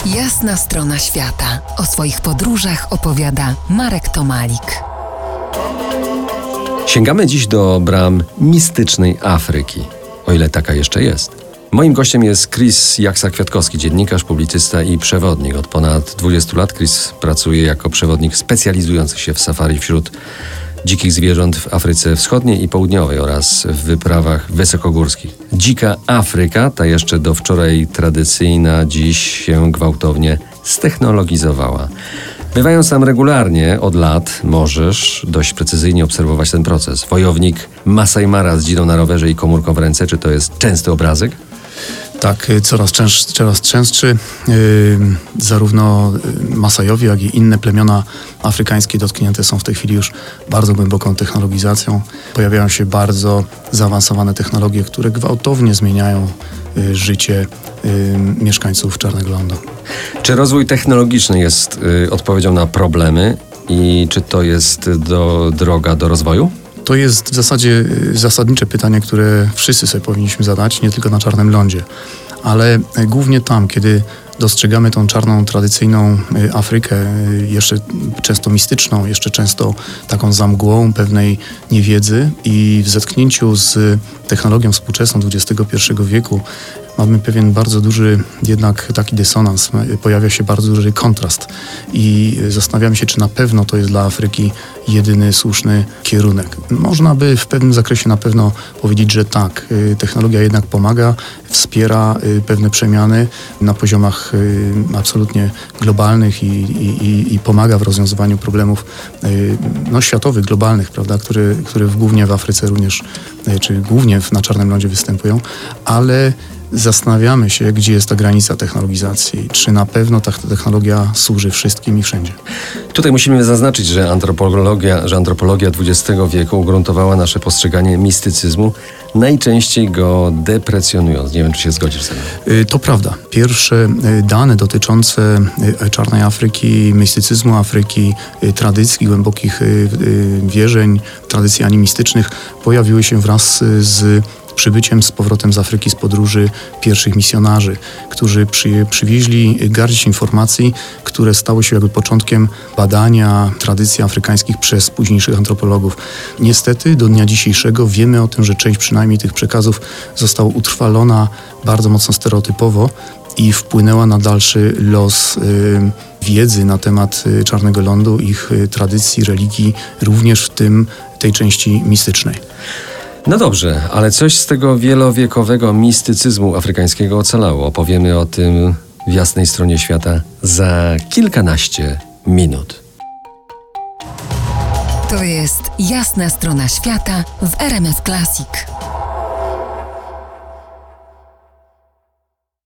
Jasna strona świata. O swoich podróżach opowiada Marek Tomalik. Sięgamy dziś do bram mistycznej Afryki, o ile taka jeszcze jest. Moim gościem jest Chris Jaksa-Kwiatkowski, dziennikarz, publicysta i przewodnik. Od ponad 20 lat Chris pracuje jako przewodnik specjalizujący się w safari wśród dzikich zwierząt w Afryce Wschodniej i Południowej oraz w wyprawach wysokogórskich. Dzika Afryka, ta jeszcze do wczoraj tradycyjna, dziś się gwałtownie ztechnologizowała. Bywając tam regularnie od lat, możesz dość precyzyjnie obserwować ten proces. Wojownik Masai Mara z dzidą na rowerze i komórką w ręce, czy to jest częsty obrazek? Tak, coraz częstszy. Zarówno Masajowie, jak i inne plemiona afrykańskie dotknięte są w tej chwili już bardzo głęboką technologizacją. Pojawiają się bardzo zaawansowane technologie, które gwałtownie zmieniają życie mieszkańców Czarnego Lądu. Czy rozwój technologiczny jest odpowiedzią na problemy i czy to jest droga do rozwoju? To jest w zasadzie zasadnicze pytanie, które wszyscy sobie powinniśmy zadać, nie tylko na Czarnym Lądzie, ale głównie tam, kiedy dostrzegamy tą czarną, tradycyjną Afrykę, jeszcze często mistyczną, jeszcze często taką za mgłą pewnej niewiedzy i w zetknięciu z technologią współczesną XXI wieku mamy pewien bardzo duży jednak taki dysonans, pojawia się bardzo duży kontrast i zastanawiamy się, czy na pewno to jest dla Afryki jedyny słuszny kierunek. Można by w pewnym zakresie na pewno powiedzieć, że tak, technologia jednak pomaga, wspiera pewne przemiany na poziomach absolutnie globalnych i pomaga w rozwiązywaniu problemów światowych, globalnych, prawda, które głównie w Afryce również, czy głównie na Czarnym Lądzie występują, ale zastanawiamy się, gdzie jest ta granica technologizacji, czy na pewno ta technologia służy wszystkim i wszędzie. Tutaj musimy zaznaczyć, że antropologia XX wieku ugruntowała nasze postrzeganie mistycyzmu, najczęściej go deprecjonując. Nie wiem, czy się zgodzisz ze mną. To prawda. Pierwsze dane dotyczące czarnej Afryki, mistycyzmu Afryki, tradycji, głębokich wierzeń, tradycji animistycznych pojawiły się wraz z przybyciem z powrotem z Afryki z podróży pierwszych misjonarzy, którzy przywieźli garść informacji, które stały się jakby początkiem badania tradycji afrykańskich przez późniejszych antropologów. Niestety do dnia dzisiejszego wiemy o tym, że część przynajmniej tych przekazów została utrwalona bardzo mocno stereotypowo i wpłynęła na dalszy los wiedzy na temat Czarnego Lądu, ich tradycji, religii, również w tym tej części mistycznej. No dobrze, ale coś z tego wielowiekowego mistycyzmu afrykańskiego ocalało. Opowiemy o tym w jasnej stronie świata za kilkanaście minut. To jest Jasna strona świata w RMF Classic.